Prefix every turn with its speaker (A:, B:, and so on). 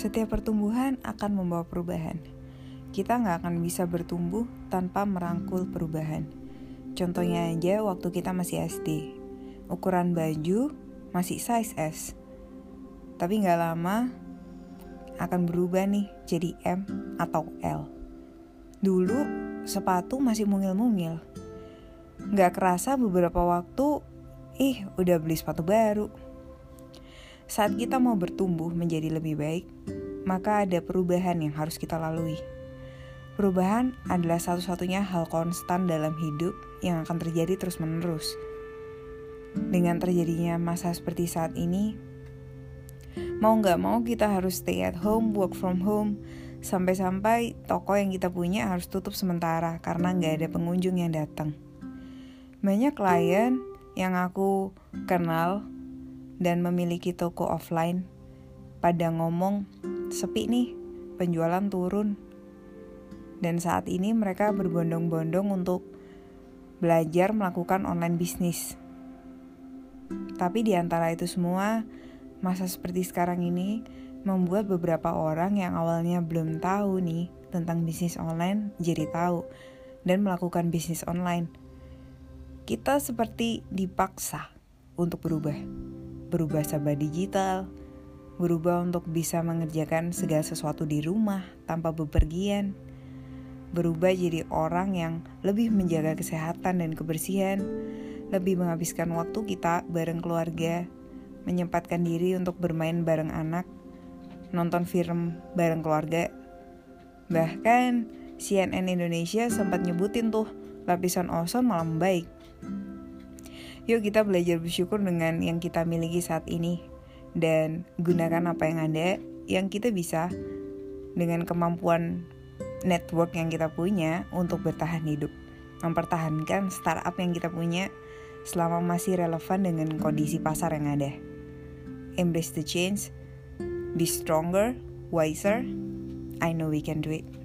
A: Setiap pertumbuhan akan membawa perubahan. Kita nggak akan bisa bertumbuh tanpa merangkul perubahan. Contohnya aja waktu kita masih SD. Ukuran baju masih size S. Tapi nggak lama akan berubah nih jadi M atau L. Dulu sepatu masih mungil-mungil. Nggak kerasa beberapa waktu, udah beli sepatu baru. Saat kita mau bertumbuh menjadi lebih baik, maka ada perubahan yang harus kita lalui. Perubahan adalah satu-satunya hal konstan dalam hidup yang akan terjadi terus-menerus. Dengan terjadinya masa seperti saat ini, mau gak mau kita harus stay at home, work from home, sampai-sampai toko yang kita punya harus tutup sementara karena gak ada pengunjung yang datang. Banyak klien yang aku kenal dan memiliki toko offline pada ngomong, sepi nih, penjualan turun. Dan saat ini mereka berbondong-bondong untuk belajar melakukan online bisnis. Tapi di antara itu semua, masa seperti sekarang ini membuat beberapa orang yang awalnya belum tahu nih tentang bisnis online jadi tahu dan melakukan bisnis online. Kita seperti dipaksa untuk berubah serba digital, berubah untuk bisa mengerjakan segala sesuatu di rumah tanpa bepergian, berubah jadi orang yang lebih menjaga kesehatan dan kebersihan, lebih menghabiskan waktu kita bareng keluarga, menyempatkan diri untuk bermain bareng anak, nonton film bareng keluarga. Bahkan CNN Indonesia sempat nyebutin tuh lapisan ozon malah membaik. Yuk kita belajar bersyukur dengan yang kita miliki saat ini dan gunakan apa yang ada, yang kita bisa dengan kemampuan network yang kita punya untuk bertahan hidup, mempertahankan startup yang kita punya selama masih relevan dengan kondisi pasar yang ada. Embrace the change, be stronger, wiser. I know we can do it.